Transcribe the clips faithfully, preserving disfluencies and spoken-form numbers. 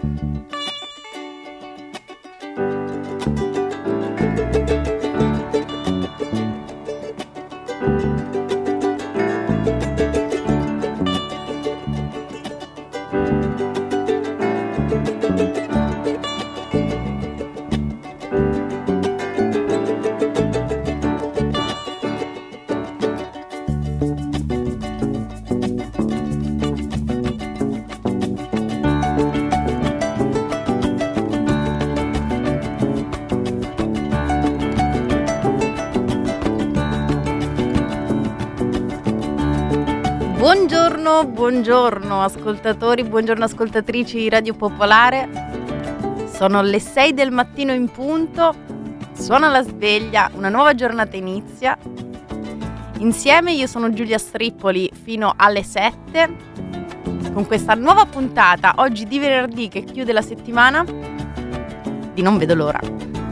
Buongiorno, buongiorno ascoltatori, buongiorno ascoltatrici di Radio Popolare. Sono le sei del mattino in punto, suona la sveglia, una nuova giornata inizia. Insieme io sono Giulia Strippoli fino alle sette con questa nuova puntata, oggi di venerdì che chiude la settimana, di Non vedo l'ora.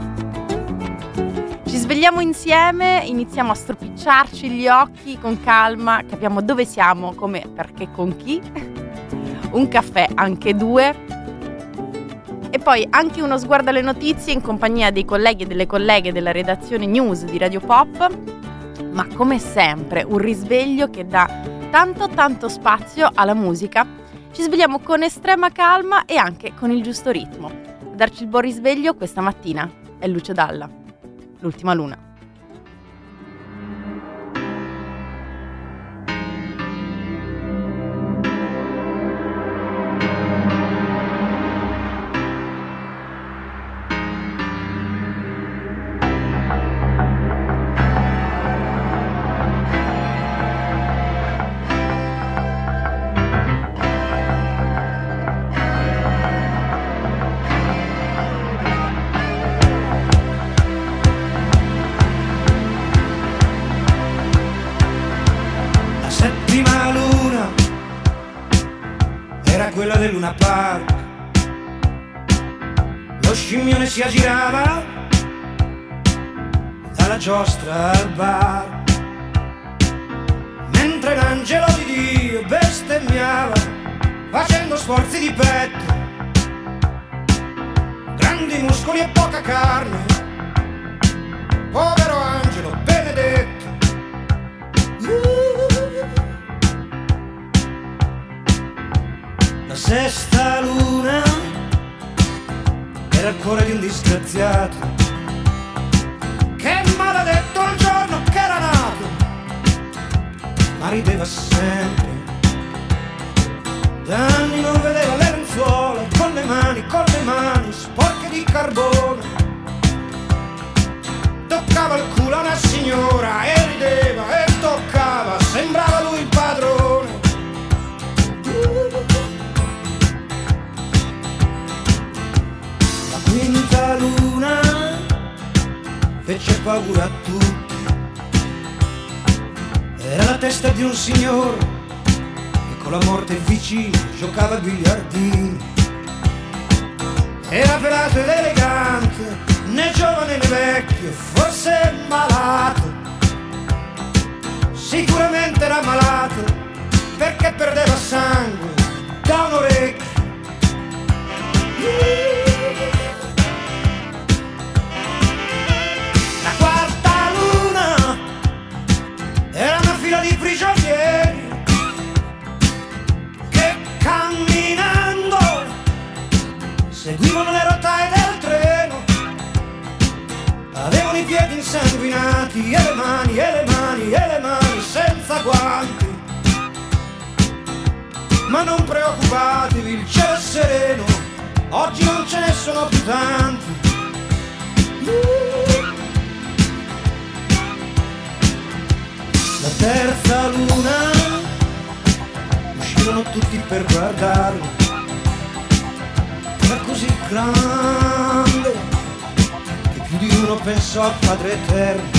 Ci svegliamo insieme, iniziamo a stropicciarci gli occhi con calma, capiamo dove siamo, come, perché, con chi. Un caffè, anche due. E poi anche uno sguardo alle notizie in compagnia dei colleghi e delle colleghe della redazione news di Radio Pop. Ma come sempre un risveglio che dà tanto tanto spazio alla musica. Ci svegliamo con estrema calma e anche con il giusto ritmo. A darci il buon risveglio questa mattina è Lucio Dalla, L'ultima luna. Quella del Luna Park, lo scimmione si aggirava dalla giostra al bar, mentre l'angelo di Dio bestemmiava facendo sforzi di petto, grandi muscoli e poca carne, povero angelo benedetto. uh. La sesta luna era il cuore di un disgraziato che maledetto il giorno che era nato, ma rideva sempre. Da anni non vedeva le lenzuola, con le mani, con le mani sporche di carbone. Toccava il culo a una signora e rideva e toccava, sembrava lui il padrone. Quinta luna fece paura a tutti, era la testa di un signore che con la morte vicino giocava a biliardini. Era velato ed elegante, né giovane né vecchio, forse malato, sicuramente era malato perché perdeva sangue da un orecchio. Era una fila di prigionieri che camminando seguivano le rotaie del treno, avevano i piedi insanguinati e le mani, e le mani, e le mani senza guanti. Ma non preoccupatevi, il cielo è sereno, oggi non ce ne sono più tanti. La terza luna uscirono tutti per guardarlo, era così grande che più di uno pensò al Padre Eterno.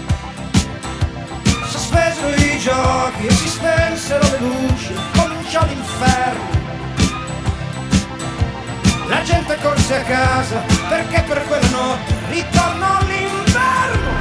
Sospesero i giochi e si spensero le luci, cominciò l'inferno. La gente corse a casa perché per quella notte ritornò l'inverno.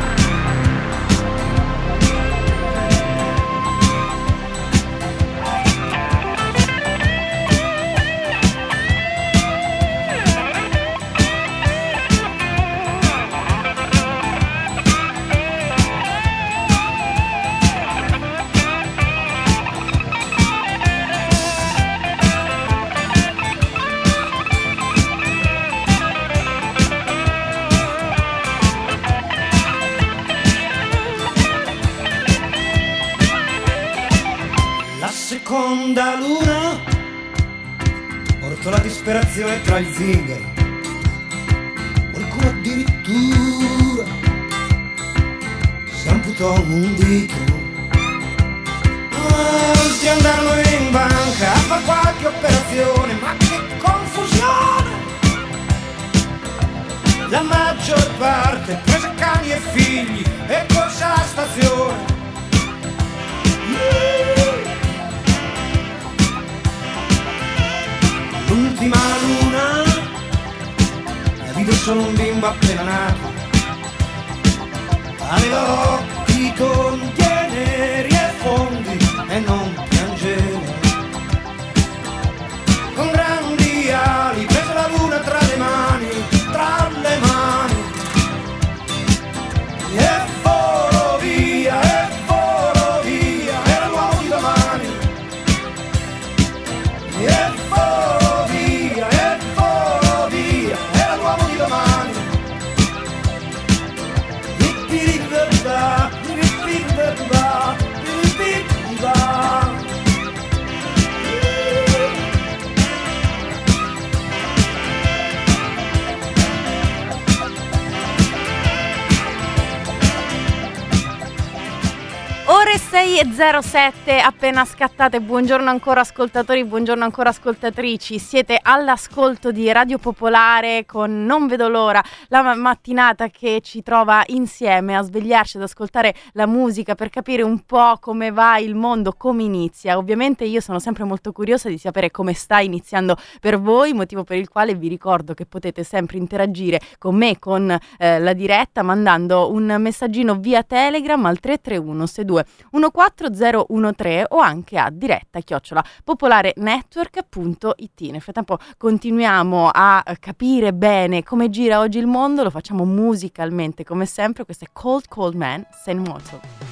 seconda luna, porto la disperazione tra gli zingari, qualcuno addirittura si amputò un dito. Molti andarono in banca a far qualche operazione, ma che confusione! La maggior parte prese cani e figli e corse alla stazione. L'ultima luna la vide solo un bimbo appena nato, aveva occhi con teneri e fondi e non piangeva. Con grandi ali prese la luna tra le mani, tra le mani, e volò via, e volò via, era l'uomo di domani. E volò via, e volò via, era l'uomo di domani. Di-di-di-da-da, di-di-di-da-da, di-di-di-da. Ore sei e zero sette appena scattate. Buongiorno ancora ascoltatori, buongiorno ancora ascoltatrici. Siete all'ascolto di Radio Popolare con Non vedo l'ora, la mattinata che ci trova insieme a svegliarci, ad ascoltare la musica per capire un po' come va il mondo, come inizia. Ovviamente io sono sempre molto curiosa di sapere come sta iniziando per voi, motivo per il quale vi ricordo che potete sempre interagire con me, con eh, la diretta, mandando un messaggino via Telegram al tre tre uno sei due uno quattro zero uno tre o anche a diretta chiocciola popolarenetwork punto it. Nel frattempo continuiamo a capire bene come gira oggi il mondo, lo facciamo musicalmente come sempre. Questo è Cold Cold Man, Sen Moto.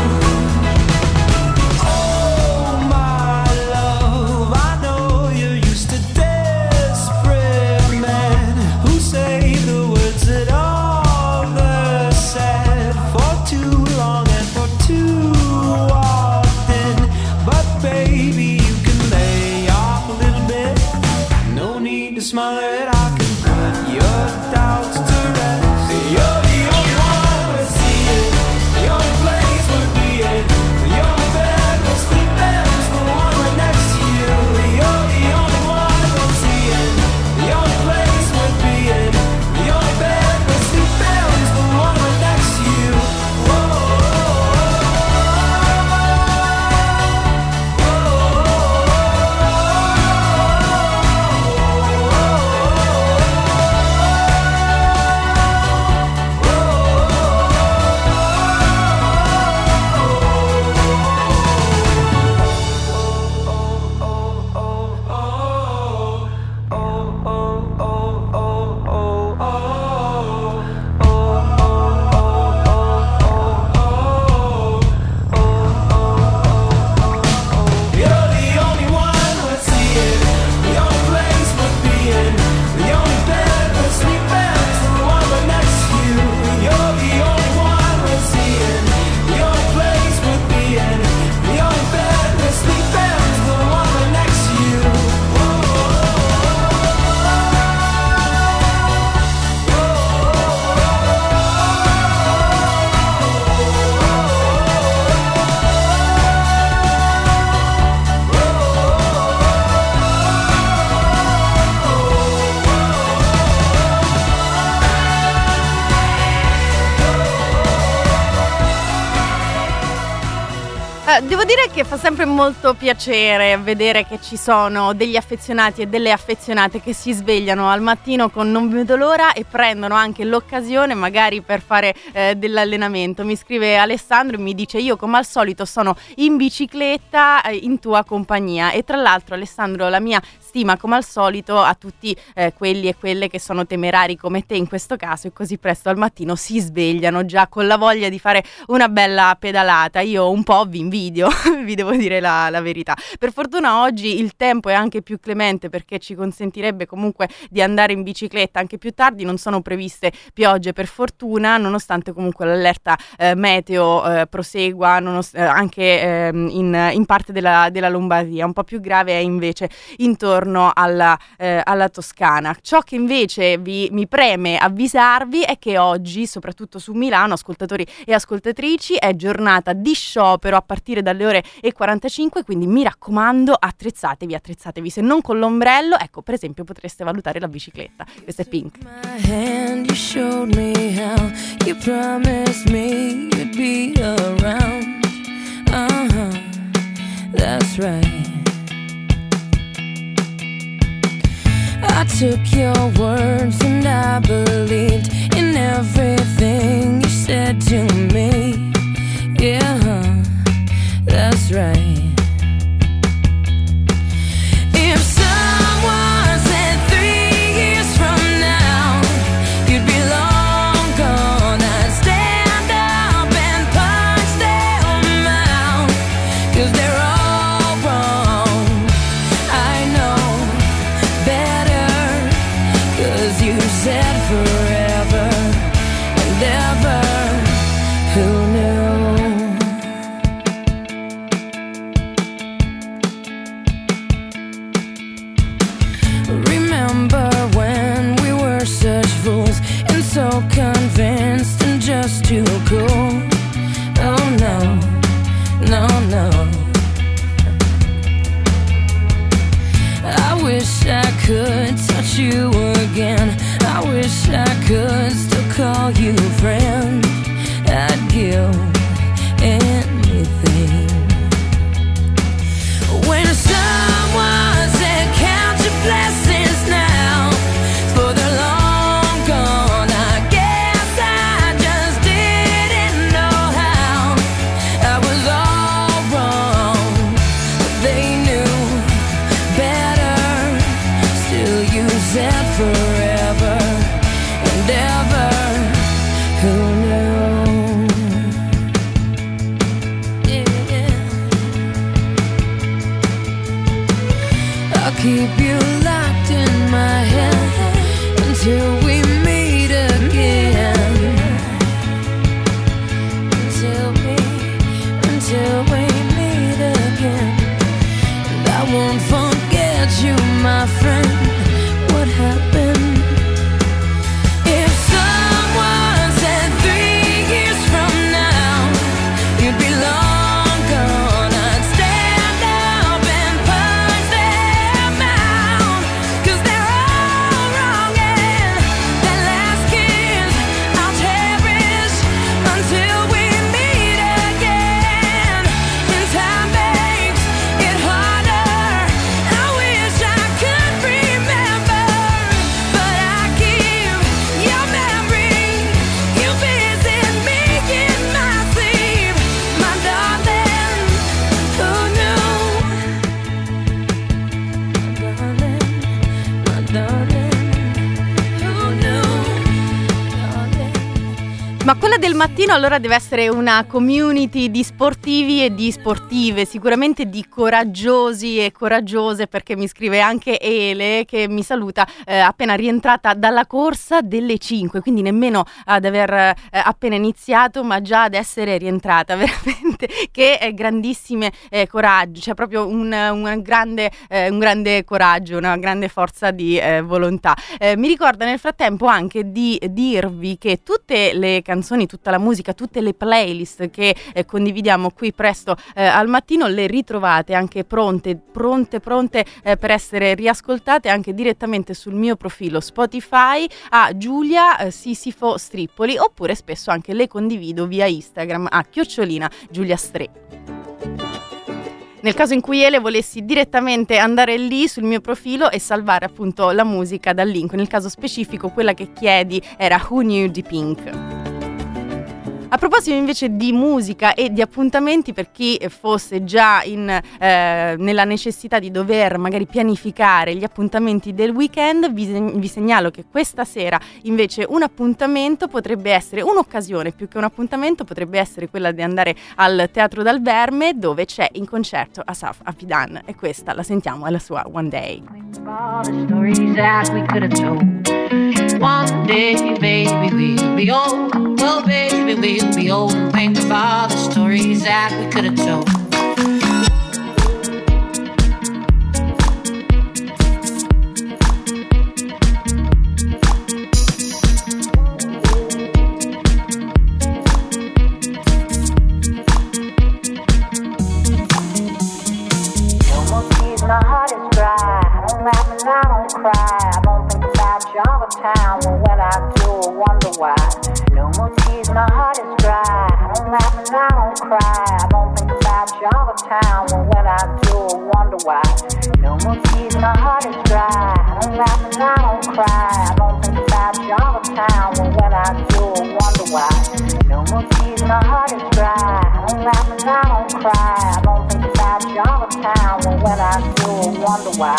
You Allora, devo dire che fa sempre molto piacere vedere che ci sono degli affezionati e delle affezionate che si svegliano al mattino con non vedo l'ora e prendono anche l'occasione magari per fare eh, dell'allenamento. Mi scrive Alessandro e mi dice: io come al solito sono in bicicletta eh, in tua compagnia. E tra l'altro, Alessandro, la mia stima come al solito a tutti eh, quelli e quelle che sono temerari come te in questo caso e così presto al mattino si svegliano già con la voglia di fare una bella pedalata. Io un po' vi invidio, vi devo dire la, la verità. Per fortuna oggi il tempo è anche più clemente perché ci consentirebbe comunque di andare in bicicletta anche più tardi, non sono previste piogge per fortuna, nonostante comunque l'allerta eh, meteo eh, prosegua nonost- eh, anche eh, in, in parte della, della Lombardia. Un po' più grave è invece intorno alla, eh, alla Toscana. Ciò che invece vi, mi preme avvisarvi è che oggi, soprattutto su Milano, ascoltatori e ascoltatrici, è giornata di sciopero a partire dalle ore e quarantacinque, quindi mi raccomando, attrezzatevi, attrezzatevi. Se non con l'ombrello, ecco, per esempio, potreste valutare la bicicletta. Questa è Pink. That's right. I took your words and I believed in everything you said to me. Yeah, that's right. If someone said three years from now you'd be long gone, I'd stand up and punch them out, 'cause they're all wrong. I know better, 'cause you said forever and ever. Who knew? Remember when we were such fools and so convinced and just too cool? Oh no, no, no. I wish I could touch you again. I wish I could still call you friend. I'd give anything. When someone said count your blessings now, for they're long gone, I guess I just didn't know how. I was all wrong, but they knew better. Still you said forever and ever. Who knew? Yeah. I'll keep you locked in my head until we meet again. Until we, until we meet again. And I won't forget you, my friend. What happened? If someone said three years from now you'd be long gone, I'd stand up and punch them out, 'cause they're all wrong, and that last kiss I'll cherish until we meet again. And time makes it harder. I wish I could remember, but I keep your memory. You visit me in my sleep, my darling. Who knew? My darling, my darling. Who knew? Darling. Ma quella del mattino allora deve essere una community di sportivi e di sportive, sicuramente di coraggiosi e coraggiose, perché mi scrive anche Ele che mi saluta eh, appena rientrata dalla corsa delle cinque, quindi nemmeno ad aver eh, appena iniziato ma già ad essere rientrata, veramente che eh, grandissime eh, coraggio, cioè proprio un, un, grande, eh, un grande coraggio, una grande forza di eh, volontà. Eh, mi ricorda nel frattempo anche di dirvi che tutte le canzoni, tutta la musica, tutte le playlist che eh, condividiamo qui presto eh, al mattino le ritrovate anche pronte, pronte, pronte eh, per essere riascoltate anche direttamente sul mio profilo Spotify a Giulia eh, Sisifo Strippoli, oppure spesso anche le condivido via Instagram a chiocciolina Giulia Stre. Nel caso in cui Ele volessi direttamente andare lì sul mio profilo e salvare appunto la musica dal link. Nel caso specifico quella che chiedi era Who Knew di Pink. A proposito invece di musica e di appuntamenti, per chi fosse già in, eh, nella necessità di dover magari pianificare gli appuntamenti del weekend, vi, vi segnalo che questa sera invece un appuntamento potrebbe essere un'occasione, più che un appuntamento potrebbe essere quella di andare al Teatro dal Verme, dove c'è in concerto Asaf Afidan, e questa la sentiamo, è la sua One Day. One day, baby, we'll be old. Oh, baby, we'll be old. Think of all the stories that we could have told. No more tears, my heart is dry. I don't laugh and I don't cry. I don't think about you all the time. Well, when I do, I wonder why. No more tears, my heart is dry. I don't laugh and I don't cry. I don't think about you all the time. Well, when I do, I wonder why. No more tears, my heart is dry. I don't laugh and I don't cry. I don't think about you all the time. Well, when I do, I wonder why. No more tears, my heart is dry. I don't laugh and I don't cry. I don't think about you all the time. Well, when I do, I wonder why.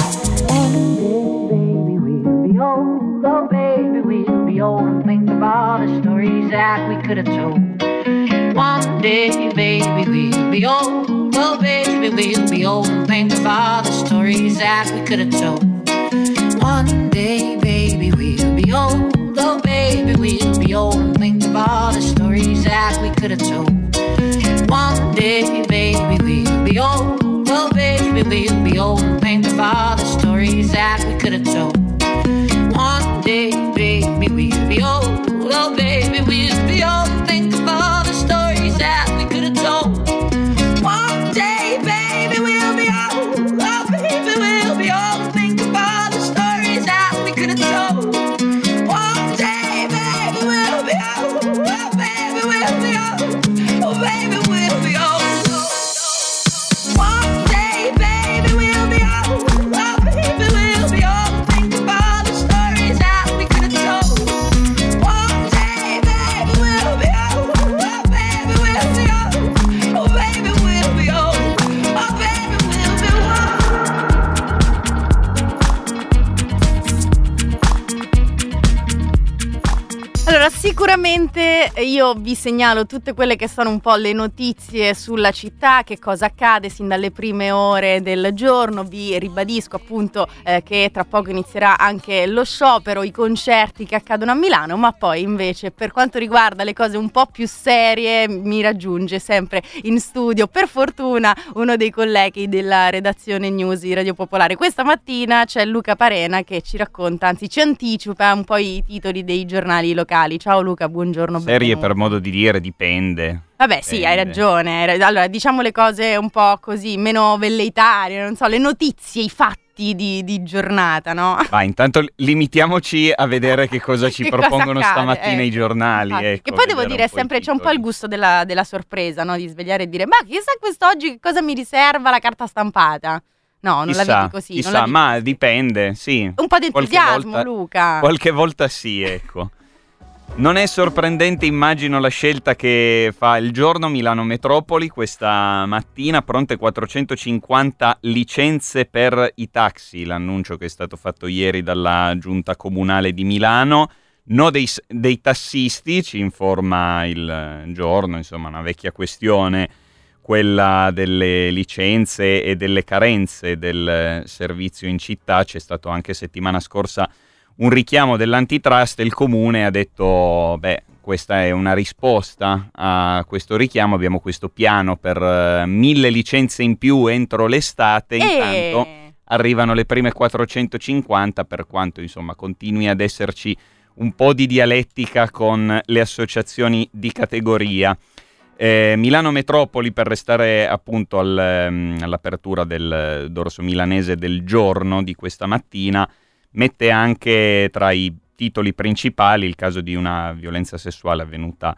Old, oh baby, we'll be old and think of all the stories that we could have told. One day, baby, we'll be old, oh baby, we'll be old and think of all the stories that we could have told. One day, baby, we'll be old, oh baby, we'll be old and think of all the stories that we could have told. One day, baby, we'll be old, oh baby, we'll be old and think of all the stories that we could have told. One day, baby, we'll be old. Oh, baby, we'll be old. Think of all the stories that we could have told. One day, baby, we'll be old. Oh, baby, we'll be old. Think of all the stories that we could have told. One day, baby, we'll be old. Oh, baby, we'll be old. Oh, baby, we'll be old. One day, baby, we'll be old. Oh, baby, we'll be old. Think of all the stories that we could have told. One day, baby, we'll be old. Oh, baby, we'll be old. Oh, baby, we'll be old. Oh, baby, we'll be Allora, sicuramente io vi segnalo tutte quelle che sono un po' le notizie sulla città, che cosa accade sin dalle prime ore del giorno. Vi ribadisco appunto eh, che tra poco inizierà anche lo sciopero, i concerti che accadono a Milano, ma poi invece per quanto riguarda le cose un po' più serie mi raggiunge sempre in studio, per fortuna, uno dei colleghi della redazione News di Radio Popolare. Questa mattina c'è Luca Parena che ci racconta, anzi ci anticipa un po' i titoli dei giornali locali. Ciao Luca, buongiorno. Serie, benvenuto. per modo di dire, dipende. Vabbè, sì, hai ragione. Allora, diciamo le cose un po' così, meno velleitarie, non so, le notizie, i fatti di, di giornata, no? Va, intanto limitiamoci a vedere che cosa ci Che propongono cosa accade, stamattina eh. i giornali. Infatti, Ecco, che poi devo vedere dire, un po' i sempre c'è un po' il titoli. gusto della, della sorpresa, no? Di svegliare e dire, ma chissà quest'oggi che cosa mi riserva la carta stampata. No, non Chissà, la vedi così. chissà, non la vedi... ma dipende, sì. Un po' di Qualche entusiasmo, volta- Luca. Qualche volta sì, ecco. Non è sorprendente, immagino, la scelta che fa Il Giorno Milano Metropoli questa mattina. Pronte quattrocentocinquanta licenze per i taxi, l'annuncio che è stato fatto ieri dalla Giunta Comunale di Milano. No dei, dei tassisti, ci informa Il Giorno, insomma una vecchia questione, quella delle licenze e delle carenze del servizio in città. C'è stato anche settimana scorsa un richiamo dell'antitrust e il comune ha detto, beh, questa è una risposta a questo richiamo, abbiamo questo piano per uh, mille licenze in più entro l'estate, intanto E... arrivano le prime quattrocentocinquanta, per quanto insomma continui ad esserci un po' di dialettica con le associazioni di categoria. Eh, Milano Metropoli, per restare appunto al, um, all'apertura del dorso milanese del Giorno di questa mattina, mette anche tra i titoli principali il caso di una violenza sessuale avvenuta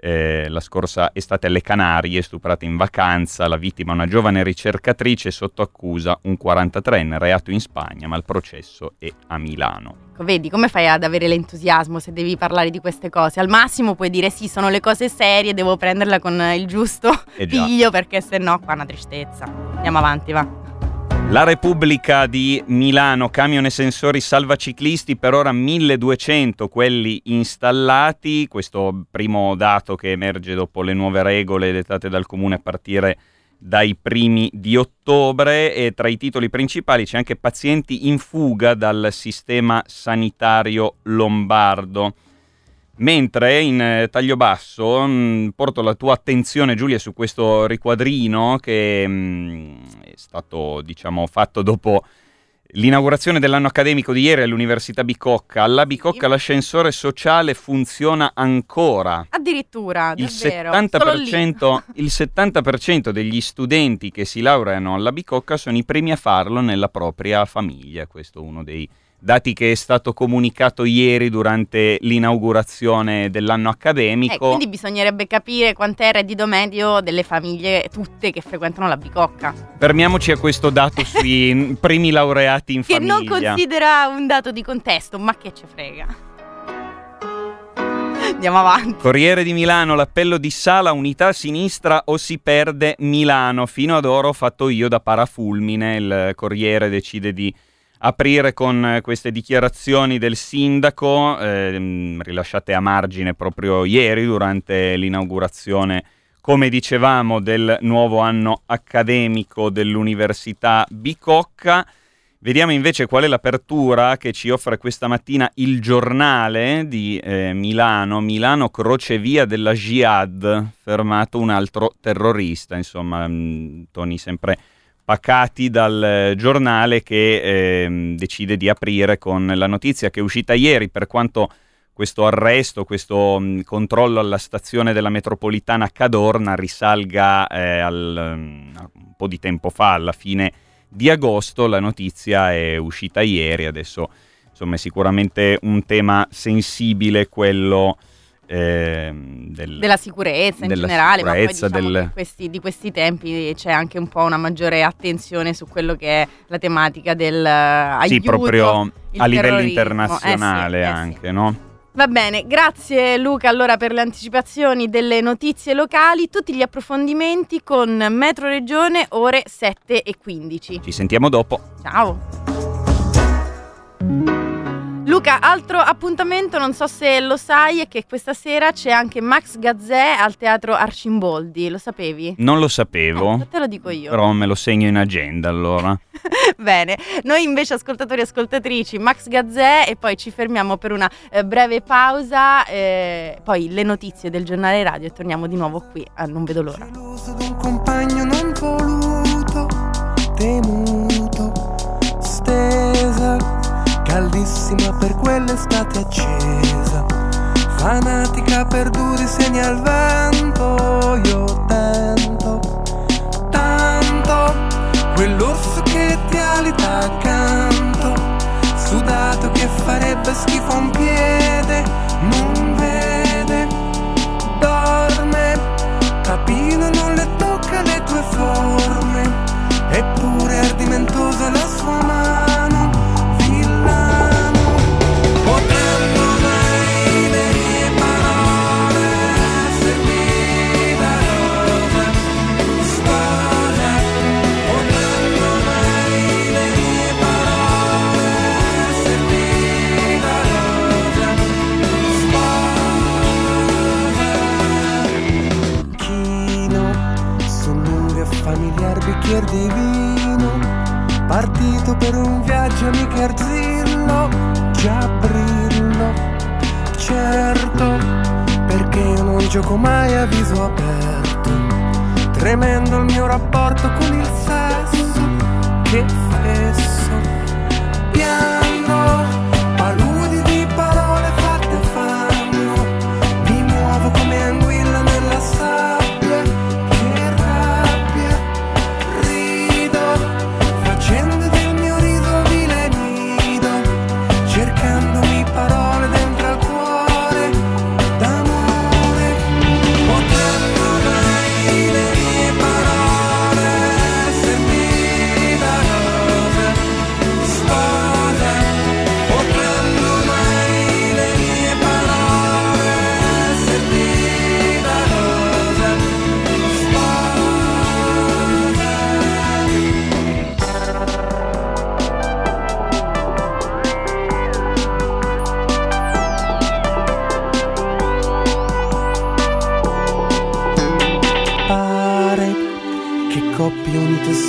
eh, la scorsa estate alle Canarie, stuprata in vacanza, la vittima una giovane ricercatrice, sotto accusa un quarantatreenne, reato in Spagna, ma il processo è a Milano. Vedi, come fai ad avere l'entusiasmo se devi parlare di queste cose? Al massimo puoi dire sì, sono le cose serie, devo prenderla con il giusto Eh già. piglio, perché se no qua è una tristezza. Andiamo avanti, va. La Repubblica di Milano, camion e sensori salvaciclisti, per ora milleduecento quelli installati. Questo primo dato che emerge dopo le nuove regole dettate dal Comune a partire dai primi di ottobre, e tra i titoli principali c'è anche pazienti in fuga dal sistema sanitario lombardo. Mentre in eh, taglio basso mh, porto la tua attenzione, Giulia, su questo riquadrino che mh, è stato, diciamo, fatto dopo l'inaugurazione dell'anno accademico di ieri all'Università Bicocca. Alla Bicocca l'ascensore sociale funziona ancora. Addirittura, Il davvero. settanta Solo per lì. cento, il settanta per cento degli studenti che si laureano alla Bicocca sono i primi a farlo nella propria famiglia. Questo è uno dei dati che è stato comunicato ieri durante l'inaugurazione dell'anno Eh, accademico. quindi bisognerebbe capire quant'è il reddito medio delle famiglie tutte che frequentano la Bicocca. Fermiamoci a questo dato sui primi laureati in Che famiglia. non considera un dato di contesto, ma che ce frega. Andiamo avanti. Corriere di Milano, l'appello di Sala, unità sinistra o si perde Milano. Fino ad ora ho fatto io da parafulmine. Il Corriere decide di aprire con queste dichiarazioni del sindaco, ehm, rilasciate a margine proprio ieri durante l'inaugurazione, come dicevamo, del nuovo anno accademico dell'Università Bicocca. Vediamo invece qual è l'apertura che ci offre questa mattina il Giornale di eh, Milano. Milano, crocevia della Jihad, fermato un altro terrorista. Insomma, mh, toni sempre pacati dal Giornale, che eh, decide di aprire con la notizia che è uscita ieri, per quanto questo arresto, questo mh, controllo alla stazione della metropolitana Cadorna risalga eh, al, um, un po' di tempo fa, alla fine di agosto. La notizia è uscita ieri. Adesso, insomma, è sicuramente un tema sensibile quello eh, del, Della sicurezza in della generale, ma poi sicurezza, diciamo del- che questi, di questi tempi c'è anche un po' una maggiore attenzione su quello che è la tematica del eh, aiuto, sì, proprio il a livello terrorismo. internazionale, Eh sì, eh sì. anche, no? Va bene, grazie Luca allora per le anticipazioni delle notizie locali, tutti gli approfondimenti con Metro Regione ore sette e quindici. Ci sentiamo dopo. Ciao! Luca, altro appuntamento, non so se lo sai, è che questa sera c'è anche Max Gazzè al Teatro Arcimboldi, lo sapevi? Non lo sapevo, Eh, te lo dico io. però me lo segno in agenda allora. Bene, noi invece ascoltatori e ascoltatrici, Max Gazzè, e poi ci fermiamo per una eh, breve pausa, eh, poi le notizie del giornale radio e torniamo di nuovo qui, ah, non vedo l'ora. Geloso d'un compagno non voluto, temuto, stesa, caldissima per quell'estate accesa, fanatica per duri segni al vento. Io tento tanto quell'orso che ti alita accanto, sudato che farebbe schifo a un piede, non vede, dorme, tapino non le tocca le tue forme, eppure ardimentosa la sua mano, villano, potranno mai le mie parole esserti da rosa, sposa, potranno mai le mie parole esserti da rosa, sposa. Chino su lunghe e familiar bicchier di vino, partito per un viaggio amico arzillo, già brillo, certo, perché io non gioco mai a viso aperto, tremendo il mio rapporto con il sesso, che fesso, piango, paludi di parole fatte fanno, mi muovo come anguilla nella sabbia, che rabbia, rido, facendo del mio riso vile nido, cercandomi parole dentro al cuore d'amore.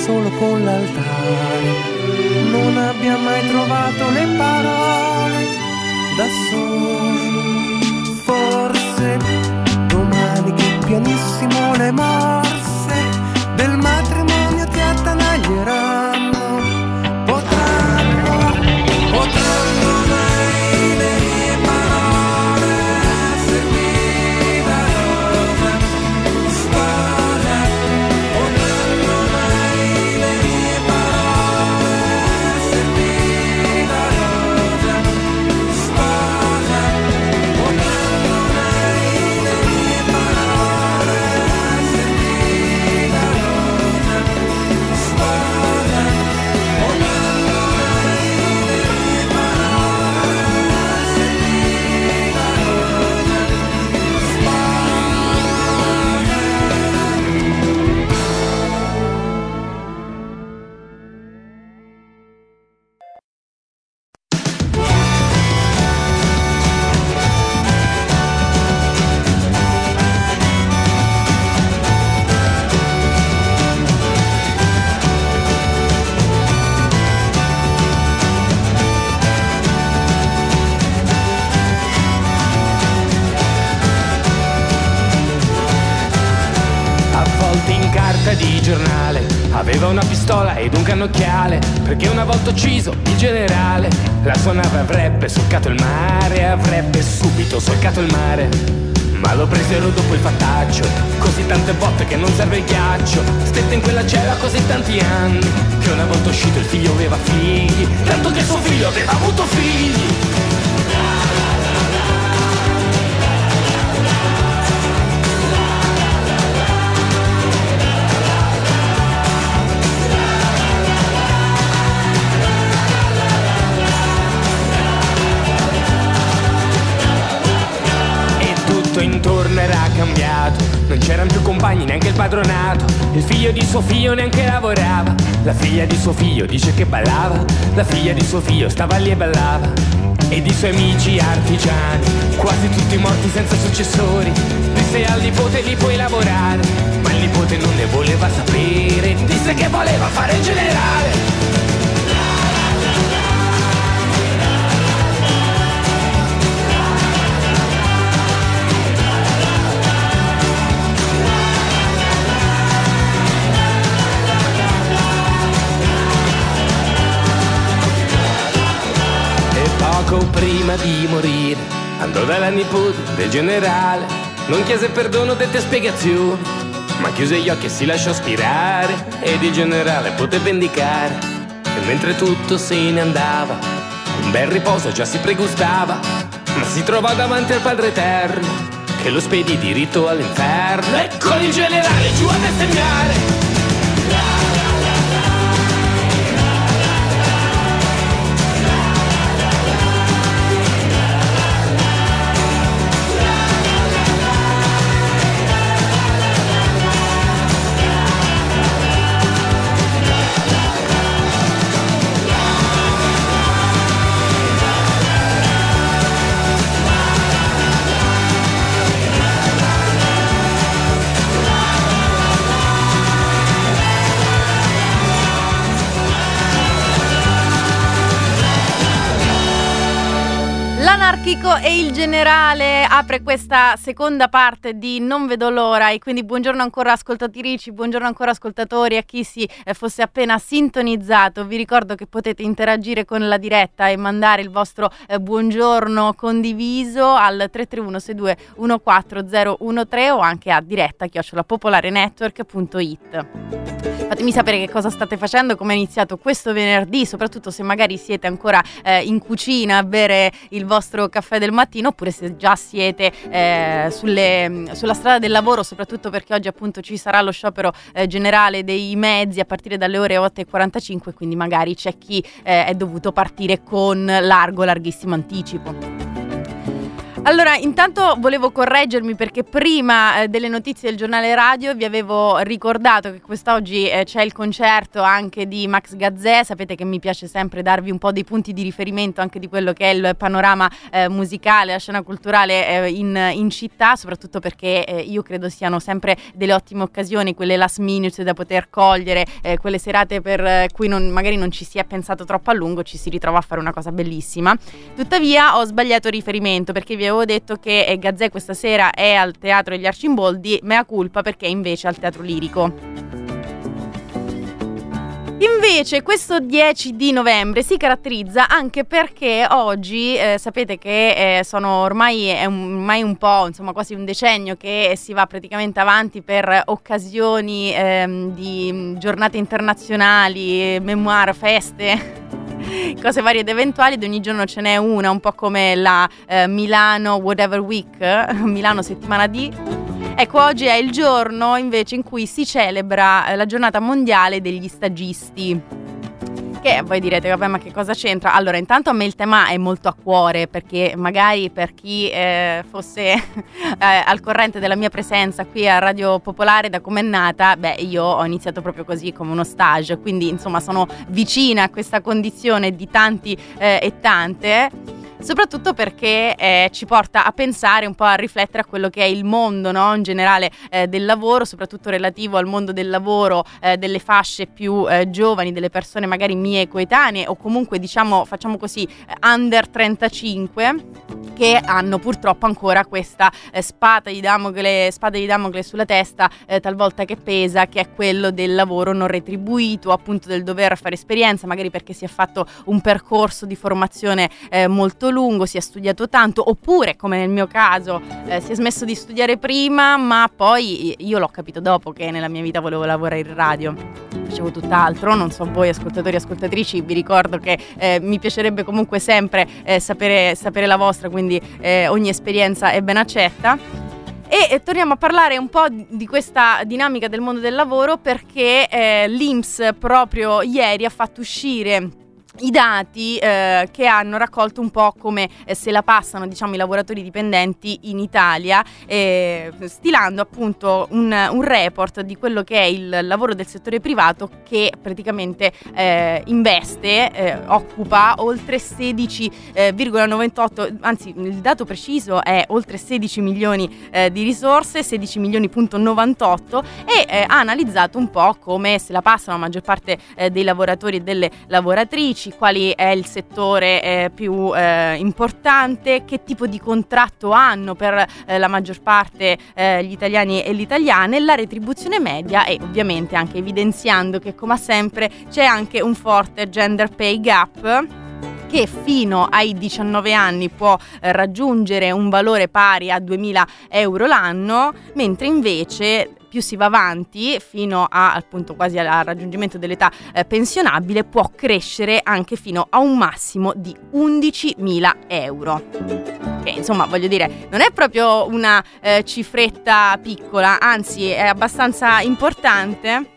solo con l'altare. Non abbia mai trovato le parole da soli. Forse domani che pianissimo le morse del matrimonio ti attanaglieranno. Potranno, potranno mai le mie parole essermi da rosa, sposa. Potranno mai le mie parole essermi da rosa, sposa. Potranno mai le mie parole essermi da rosa, sposa. Potranno mai le mie parole essermi da rosa, Avvolte in carta di giornale, aveva una pistola ed un cannocchiale, perché una volta ucciso il generale. La sua nave avrebbe solcato il mare, avrebbe subito solcato il mare. Ma lo presero dopo il fattaccio, così tante botte che non serve il ghiaccio. Stette in quella cella così tanti anni, che una volta uscito il figlio aveva figli, tanto che suo figlio aveva avuto figli. Intorno era cambiato, non c'erano più compagni, neanche il padronato. Il figlio di suo figlio neanche lavorava. La figlia di suo figlio dice che ballava. La figlia di suo figlio stava lì e ballava. Ed i suoi amici artigiani, quasi tutti morti senza successori, disse al nipote lì puoi lavorare. Ma il nipote non ne voleva sapere, disse che voleva fare il generale. Poco prima di morire andò dalla nipote del generale, non chiese perdono, dette spiegazioni, ma chiuse gli occhi e si lasciò aspirare. Ed il generale poté vendicare. E mentre tutto se ne andava, un bel riposo già si pregustava, ma si trovò davanti al Padre Eterno, che lo spedì diritto all'inferno. E con il generale giù a bestemmiare. L'anarchico e il generale apre questa seconda parte di Non vedo l'ora, e quindi buongiorno ancora ascoltatrici, buongiorno ancora ascoltatori, a chi si eh, fosse appena sintonizzato. Vi ricordo che potete interagire con la diretta e mandare il vostro eh, buongiorno condiviso al tre tre uno sei due uno quattro zero uno tre o anche a diretta chiocciola popolarenetwork punto it. Fatemi sapere che cosa state facendo, come è iniziato questo venerdì, soprattutto se magari siete ancora eh, in cucina a bere il vostro caffè del mattino, oppure se già siete eh, sulle, sulla strada del lavoro, soprattutto perché oggi appunto ci sarà lo sciopero eh, generale dei mezzi a partire dalle ore otto e quarantacinque, quindi magari c'è chi eh, è dovuto partire con largo, larghissimo anticipo. Allora, intanto volevo correggermi perché prima eh, delle notizie del giornale radio vi avevo ricordato che quest'oggi eh, c'è il concerto anche di Max Gazzè. Sapete che mi piace sempre darvi un po' dei punti di riferimento anche di quello che è il panorama eh, musicale, la scena culturale eh, in, in città, soprattutto perché eh, io credo siano sempre delle ottime occasioni, quelle last minute da poter cogliere, eh, quelle serate per eh, cui non, magari non ci si è pensato troppo a lungo, ci si ritrova a fare una cosa bellissima. Tuttavia ho sbagliato riferimento perché vi avevo detto che eh, Gazzè questa sera è al Teatro degli Arcimboldi, mea culpa, perché invece è al Teatro Lirico. Invece questo dieci di novembre si caratterizza anche perché oggi eh, sapete che eh, sono ormai è un, ormai un po', insomma quasi un decennio che si va praticamente avanti per occasioni ehm, di giornate internazionali, memoir, feste, cose varie ed eventuali, ed ogni giorno ce n'è una, un po' come la eh, Milano Whatever Week, Milano Settimana D. Ecco, oggi è il giorno invece in cui si celebra eh, la giornata mondiale degli stagisti. Che voi direte, vabbè, ma che cosa c'entra? Allora, intanto a me il tema è molto a cuore, perché magari per chi eh, fosse eh, al corrente della mia presenza qui a Radio Popolare da come è nata, beh, io ho iniziato proprio così, come uno stage, quindi insomma sono vicina a questa condizione di tanti eh, e tante. Soprattutto perché eh, ci porta a pensare un po', a riflettere a quello che è il mondo, no? In generale eh, del lavoro, soprattutto relativo al mondo del lavoro eh, delle fasce più eh, giovani, delle persone magari mie coetanee o comunque diciamo, facciamo così, under trentacinque, che hanno purtroppo ancora questa eh, spada di Damocle, spada di Damocle sulla testa, eh, talvolta che pesa, che è quello del lavoro non retribuito, appunto del dover fare esperienza, magari perché si è fatto un percorso di formazione eh, molto lungo, si è studiato tanto, oppure come nel mio caso eh, si è smesso di studiare prima, ma poi io l'ho capito dopo che nella mia vita volevo lavorare in radio, facevo tutt'altro. Non so voi ascoltatori e ascoltatrici, vi ricordo che eh, mi piacerebbe comunque sempre eh, sapere, sapere la vostra, quindi eh, ogni esperienza è ben accetta. E eh, torniamo a parlare un po' di, di questa dinamica del mondo del lavoro, perché eh, l'I N P S proprio ieri ha fatto uscire i dati eh, che hanno raccolto un po' come eh, se la passano, diciamo, i lavoratori dipendenti in Italia, eh, stilando appunto un, un report di quello che è il lavoro del settore privato, che praticamente eh, investe, eh, occupa oltre sedici virgola novantotto, anzi il dato preciso è oltre sedici milioni eh, di risorse, sedici milioni punto novantotto, e eh, ha analizzato un po' come se la passano la maggior parte eh, dei lavoratori e delle lavoratrici, quali è il settore eh, più eh, importante, che tipo di contratto hanno per eh, la maggior parte eh, gli italiani e le italiane, la retribuzione media, e ovviamente anche evidenziando che come sempre c'è anche un forte gender pay gap, che fino ai diciannove anni può eh, raggiungere un valore pari a duemila euro l'anno, mentre invece più si va avanti, fino a appunto quasi al raggiungimento dell'età eh, pensionabile, può crescere anche fino a un massimo di undicimila euro. Che insomma, voglio dire, non è proprio una eh, cifretta piccola, anzi è abbastanza importante.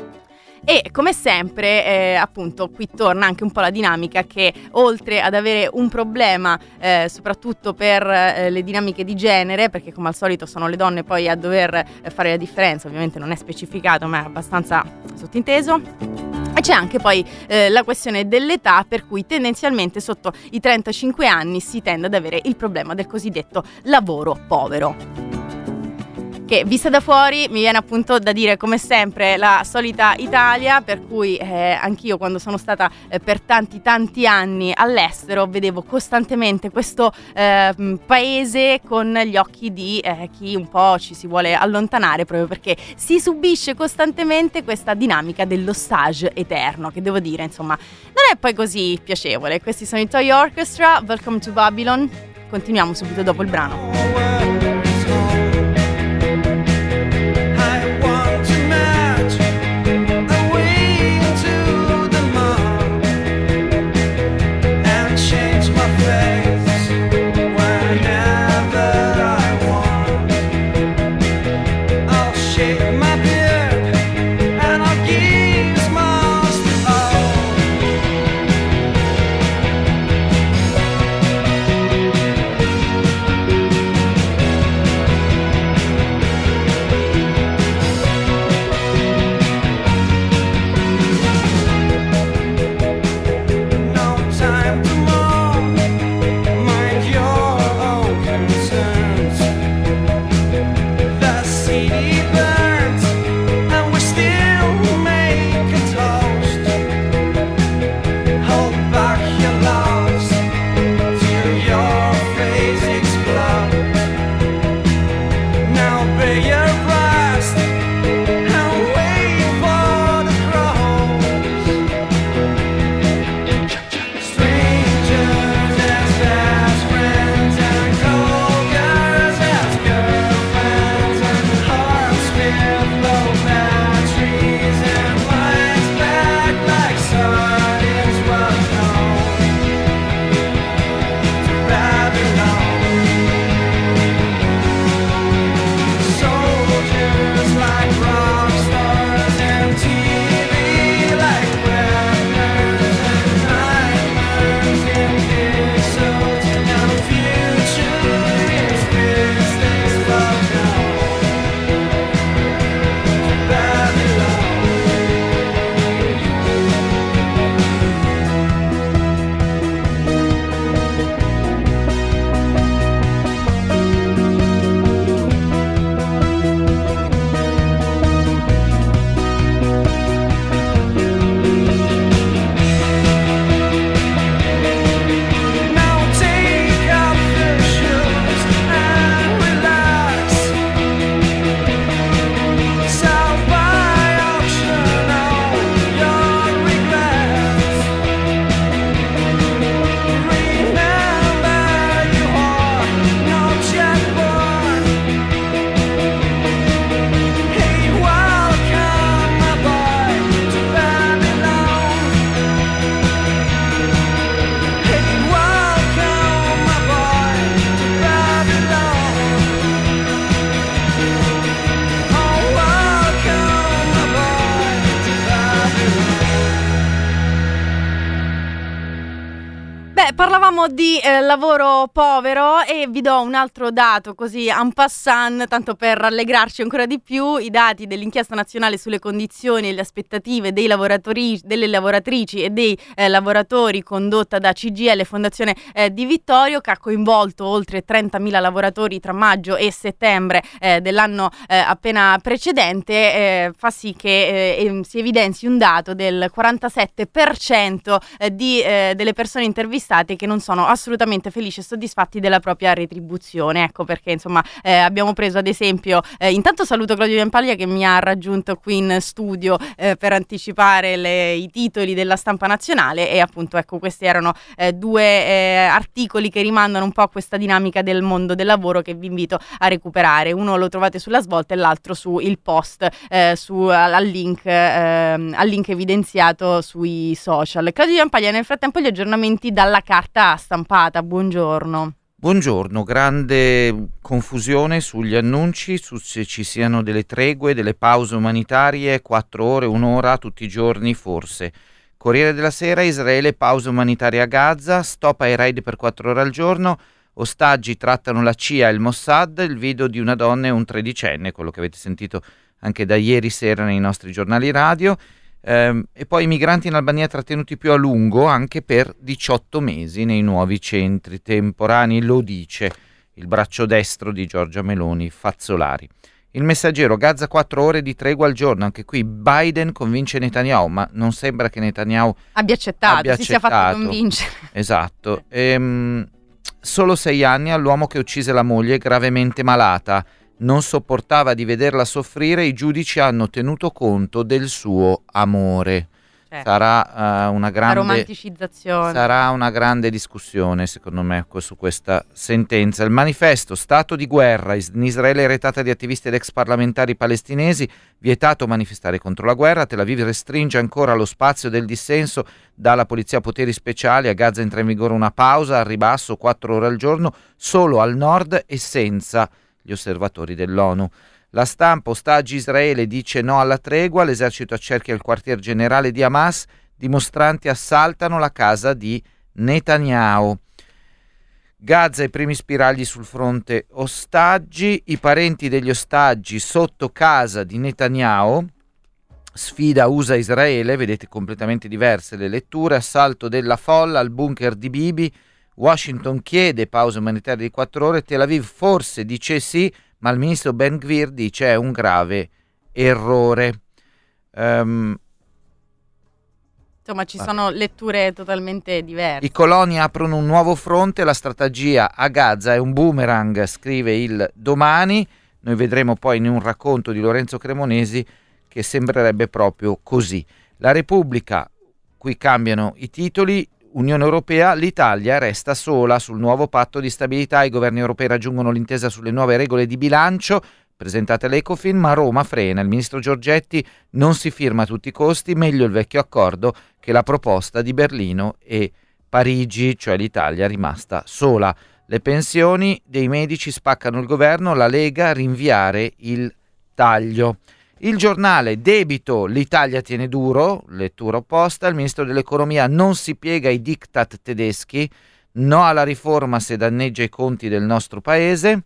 E come sempre eh, appunto qui torna anche un po' la dinamica che, oltre ad avere un problema eh, soprattutto per eh, le dinamiche di genere, perché come al solito sono le donne poi a dover eh, fare la differenza, ovviamente non è specificato ma è abbastanza sottinteso, e c'è anche poi eh, la questione dell'età, per cui tendenzialmente sotto i trentacinque anni si tende ad avere il problema del cosiddetto lavoro povero, che vista da fuori mi viene appunto da dire come sempre la solita Italia, per cui eh, anch'io quando sono stata eh, per tanti tanti anni all'estero vedevo costantemente questo eh, paese con gli occhi di eh, chi un po' ci si vuole allontanare, proprio perché si subisce costantemente questa dinamica dello stage eterno, che devo dire insomma non è poi così piacevole. Questi sono i Toy Orchestra, Welcome to Babylon, continuiamo subito dopo il brano. Thank Beh, parlavamo di eh, lavoro povero e vi do un altro dato così en passant, tanto per rallegrarci ancora di più. I dati dell'inchiesta nazionale sulle condizioni e le aspettative dei lavoratori, delle lavoratrici e dei eh, lavoratori, condotta da C G I L, Fondazione eh, Di Vittorio, che ha coinvolto oltre trentamila lavoratori tra maggio e settembre eh, dell'anno eh, appena precedente, eh, fa sì che eh, si evidenzi un dato del quarantasette per cento eh, di, eh, delle persone intervistate che non sono assolutamente felici e soddisfatti della propria retribuzione. Ecco perché insomma eh, abbiamo preso ad esempio, eh, intanto saluto Claudio Giampaglia che mi ha raggiunto qui in studio eh, per anticipare le, i titoli della stampa nazionale, e appunto ecco questi erano eh, due eh, articoli che rimandano un po' a questa dinamica del mondo del lavoro che vi invito a recuperare. Uno lo trovate sulla Svolta e l'altro su Il Post, eh, su, al, al, link, eh, al link evidenziato sui social. Claudio Giampaglia, nel frattempo gli aggiornamenti dalla carta stampata. Buongiorno. Buongiorno, grande confusione sugli annunci, su se ci siano delle tregue, delle pause umanitarie, quattro ore, un'ora, tutti i giorni forse. Corriere della Sera, Israele, pausa umanitaria a Gaza, stop ai raid per quattro ore al giorno, ostaggi trattano la C I A e il Mossad, il video di una donna e un tredicenne, quello che avete sentito anche da ieri sera nei nostri giornali radio. Um, e poi i migranti in Albania trattenuti più a lungo, anche per diciotto mesi nei nuovi centri temporanei, lo dice il braccio destro di Giorgia Meloni, Fazzolari. Il Messaggero, Gaza quattro ore di tregua al giorno, anche qui Biden convince Netanyahu, ma non sembra che Netanyahu abbia accettato, abbia si accettato. sia fatto convincere. Esatto. Ehm, solo sei anni all'uomo che uccise la moglie gravemente malata. Non sopportava di vederla soffrire, i giudici hanno tenuto conto del suo amore. Certo. Sarà uh, una grande la romanticizzazione. Sarà una grande discussione, secondo me, su questa sentenza. Il Manifesto, stato di guerra, in Israele retata di attivisti ed ex parlamentari palestinesi, vietato manifestare contro la guerra, Tel Aviv restringe ancora lo spazio del dissenso, dalla polizia poteri speciali, a Gaza entra in vigore una pausa al ribasso, quattro ore al giorno, solo al nord e senza gli osservatori dell'ONU. La Stampa, ostaggi Israele dice no alla tregua, l'esercito accerchia il quartier generale di Hamas, dimostranti assaltano la casa di Netanyahu. Gaza i primi spiragli sul fronte ostaggi, i parenti degli ostaggi sotto casa di Netanyahu, sfida U S A-Israele, vedete completamente diverse le letture, assalto della folla al bunker di Bibi, Washington chiede pausa umanitaria di quattro ore, Tel Aviv forse dice sì, ma il ministro Ben Gvir dice è un grave errore. Um, Insomma, ci vabbè. sono letture totalmente diverse. I coloni aprono un nuovo fronte, la strategia a Gaza è un boomerang, scrive il Domani. Noi vedremo poi in un racconto di Lorenzo Cremonesi che sembrerebbe proprio così. La Repubblica, qui cambiano i titoli. Unione Europea, l'Italia resta sola sul nuovo patto di stabilità, i governi europei raggiungono l'intesa sulle nuove regole di bilancio presentate all'Ecofin, ma Roma frena, il ministro Giorgetti non si firma a tutti i costi, meglio il vecchio accordo che la proposta di Berlino e Parigi, cioè l'Italia rimasta sola. Le pensioni dei medici spaccano il governo, la Lega rinviare il taglio. Il Giornale, debito, l'Italia tiene duro, lettura opposta, il ministro dell'economia non si piega ai diktat tedeschi, no alla riforma se danneggia i conti del nostro paese,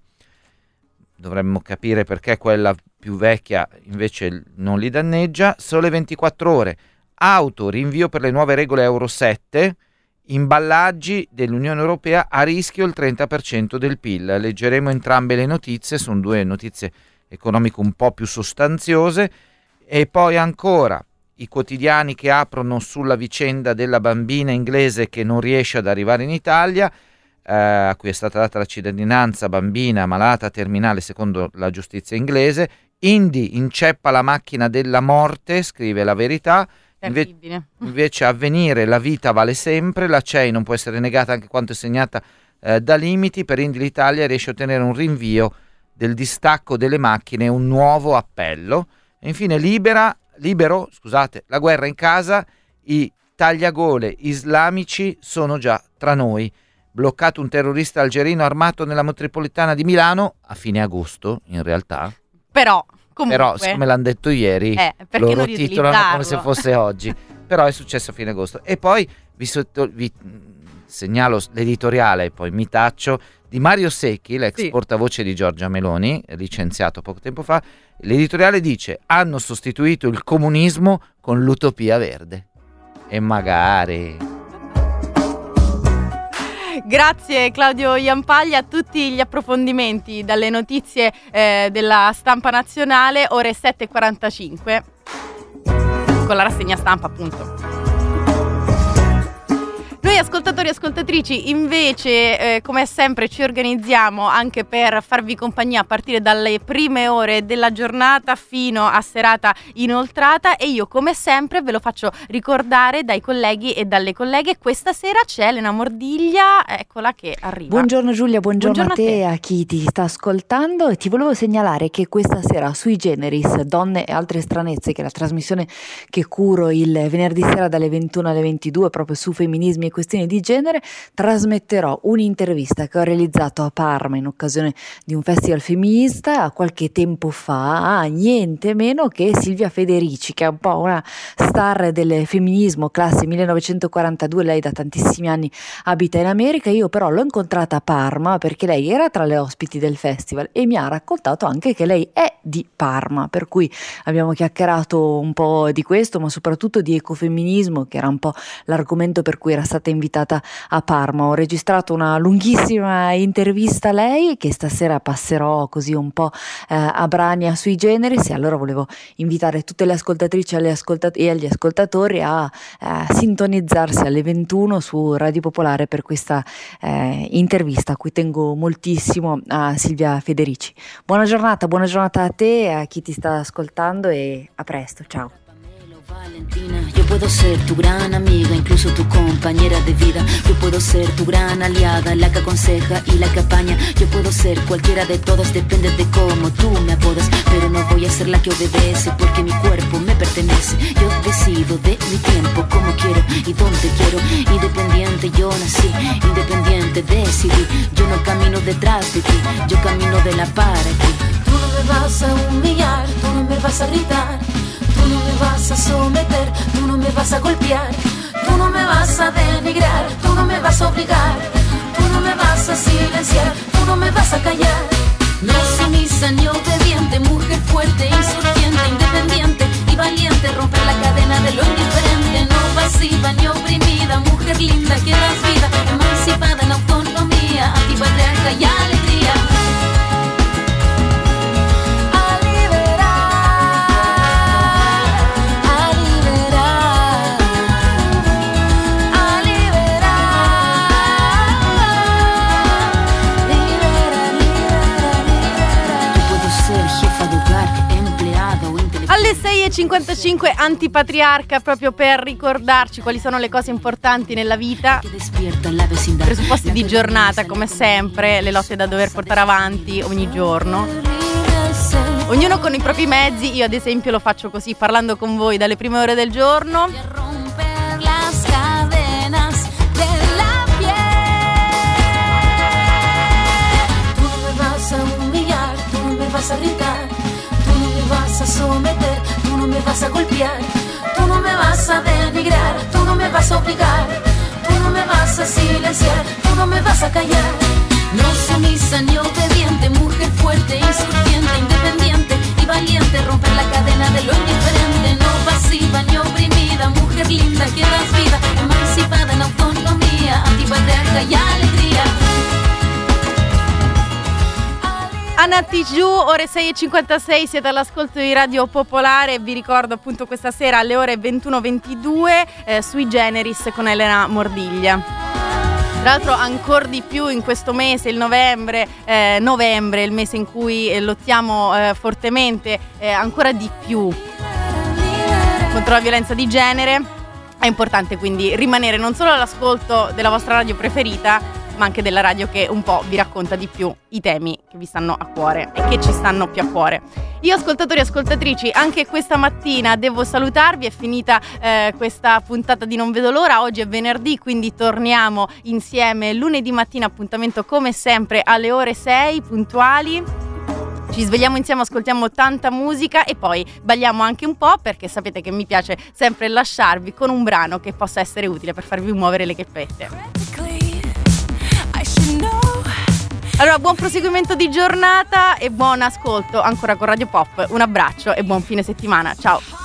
dovremmo capire perché quella più vecchia invece non li danneggia. Sole ventiquattro ore, auto, rinvio per le nuove regole Euro sette, imballaggi dell'Unione Europea a rischio il trenta per cento del P I L, leggeremo entrambe le notizie, sono due notizie economiche un po' più sostanziose. E poi ancora i quotidiani che aprono sulla vicenda della bambina inglese che non riesce ad arrivare in Italia, eh, a cui è stata data la cittadinanza, bambina malata terminale secondo la giustizia inglese. Indy inceppa la macchina della morte, scrive La Verità. Inve- invece Avvenire, la vita vale sempre, la C E I non può essere negata anche quanto è segnata eh, da limiti. Per Indy l'Italia riesce a ottenere un rinvio del distacco delle macchine, un nuovo appello. E infine libera, libero, scusate, la guerra in casa, i tagliagole islamici sono già tra noi. Bloccato un terrorista algerino armato nella metropolitana di Milano a fine agosto, in realtà. Però, comunque, Però siccome l'hanno detto ieri, eh, loro titolano come se fosse oggi. Però è successo a fine agosto. E poi vi, sotto, vi segnalo l'editoriale e poi mi taccio, di Mario Secchi, l'ex Sì. portavoce di Giorgia Meloni, licenziato poco tempo fa. L'editoriale dice: hanno sostituito il comunismo con l'utopia verde. E magari... Grazie Claudio Iampaglia, a tutti gli approfondimenti dalle notizie eh, della stampa nazionale, ore sette e quarantacinque, con la rassegna stampa appunto. Noi ascoltatori e ascoltatrici invece, eh, come sempre, ci organizziamo anche per farvi compagnia a partire dalle prime ore della giornata fino a serata inoltrata, e io come sempre ve lo faccio ricordare dai colleghi e dalle colleghe. Questa sera c'è Elena Mordiglia, eccola che arriva. Buongiorno Giulia, buongiorno, Buongiorno a te a e a chi ti sta ascoltando, e ti volevo segnalare che questa sera Sui Generis, Donne e altre stranezze, che è la trasmissione che curo il venerdì sera dalle ventuno alle ventidue proprio su femminismi e questioni di genere, trasmetterò un'intervista che ho realizzato a Parma in occasione di un festival femminista qualche tempo fa, a niente meno che Silvia Federici, che è un po' una star del femminismo, classe millenovecentoquarantadue. Lei da tantissimi anni abita in America, io però l'ho incontrata a Parma perché lei era tra le ospiti del festival e mi ha raccontato anche che lei è di Parma, per cui abbiamo chiacchierato un po' di questo, ma soprattutto di ecofemminismo, che era un po' l'argomento per cui era stata invitata a Parma. Ho registrato una lunghissima intervista a lei che stasera passerò così un po' eh, a brani Sui Generis, e allora volevo invitare tutte le ascoltatrici e, le ascoltat- e gli ascoltatori a eh, sintonizzarsi alle ventuno su Radio Popolare per questa eh, intervista a cui tengo moltissimo a Silvia Federici. Buona giornata, buona giornata a te, a chi ti sta ascoltando, e a presto, ciao. Valentina, yo puedo ser tu gran amiga, incluso tu compañera de vida. Yo puedo ser tu gran aliada, la que aconseja y la que apaña. Yo puedo ser cualquiera de todas, depende de cómo tú me apodas. Pero no voy a ser la que obedece, porque mi cuerpo me pertenece. Yo decido de mi tiempo, como quiero y donde quiero. Independiente yo nací, independiente decidí. Yo no camino detrás de ti, yo camino de la para aquí. Tú no me vas a humillar, tú no me vas a gritar. Tú no me vas a someter, tú no me vas a golpear, tú no me vas a denigrar, tú no me vas a obligar, tú no me vas a silenciar, tú no me vas a callar. No sumisa ni obediente, mujer fuerte, insurgente, independiente y valiente, romper la cadena de lo indiferente. No pasiva ni oprimida, mujer linda que das vida, emancipada en autonomía, antipatriarca y alegría. Alle sei e cinquantacinque antipatriarca, proprio per ricordarci quali sono le cose importanti nella vita, presupposti di giornata come sempre, le lotte da dover portare avanti ogni giorno, ognuno con i propri mezzi. Io ad esempio lo faccio così, parlando con voi dalle prime ore del giorno. Tú no me vas a humillar, tú no me vas a gritar, tú no me vas a someter, tú no me vas a golpear, tú no me vas a denigrar, tú no me vas a obligar, tú no me vas a silenciar, tú no me vas a callar. No sumisa ni obediente, mujer fuerte, insurgente, independiente y valiente, romper la cadena de lo indiferente. No pasiva ni oprimida, mujer linda que das vida, emancipada en autonomía, antipatriarca y alegría. Anatti giù, ore sei e cinquantasei, siete all'ascolto di Radio Popolare. Vi ricordo appunto questa sera alle ore ventuno ventidue eh, Sui Generis con Elena Mordiglia. Tra l'altro ancora di più in questo mese, il novembre, eh, novembre, il mese in cui eh, lottiamo eh, fortemente, eh, ancora di più contro la violenza di genere. È importante quindi rimanere non solo all'ascolto della vostra radio preferita, ma anche della radio che un po' vi racconta di più i temi che vi stanno a cuore e che ci stanno più a cuore. Io ascoltatori e ascoltatrici, anche questa mattina devo salutarvi, è finita eh, questa puntata di Non Vedo L'Ora. Oggi è venerdì, quindi torniamo insieme lunedì mattina, appuntamento come sempre alle ore sei puntuali. Ci svegliamo insieme, ascoltiamo tanta musica e poi balliamo anche un po', perché sapete che mi piace sempre lasciarvi con un brano che possa essere utile per farvi muovere le cheppette. Allora, buon proseguimento di giornata e buon ascolto ancora con Radio Pop. Un abbraccio e buon fine settimana. Ciao.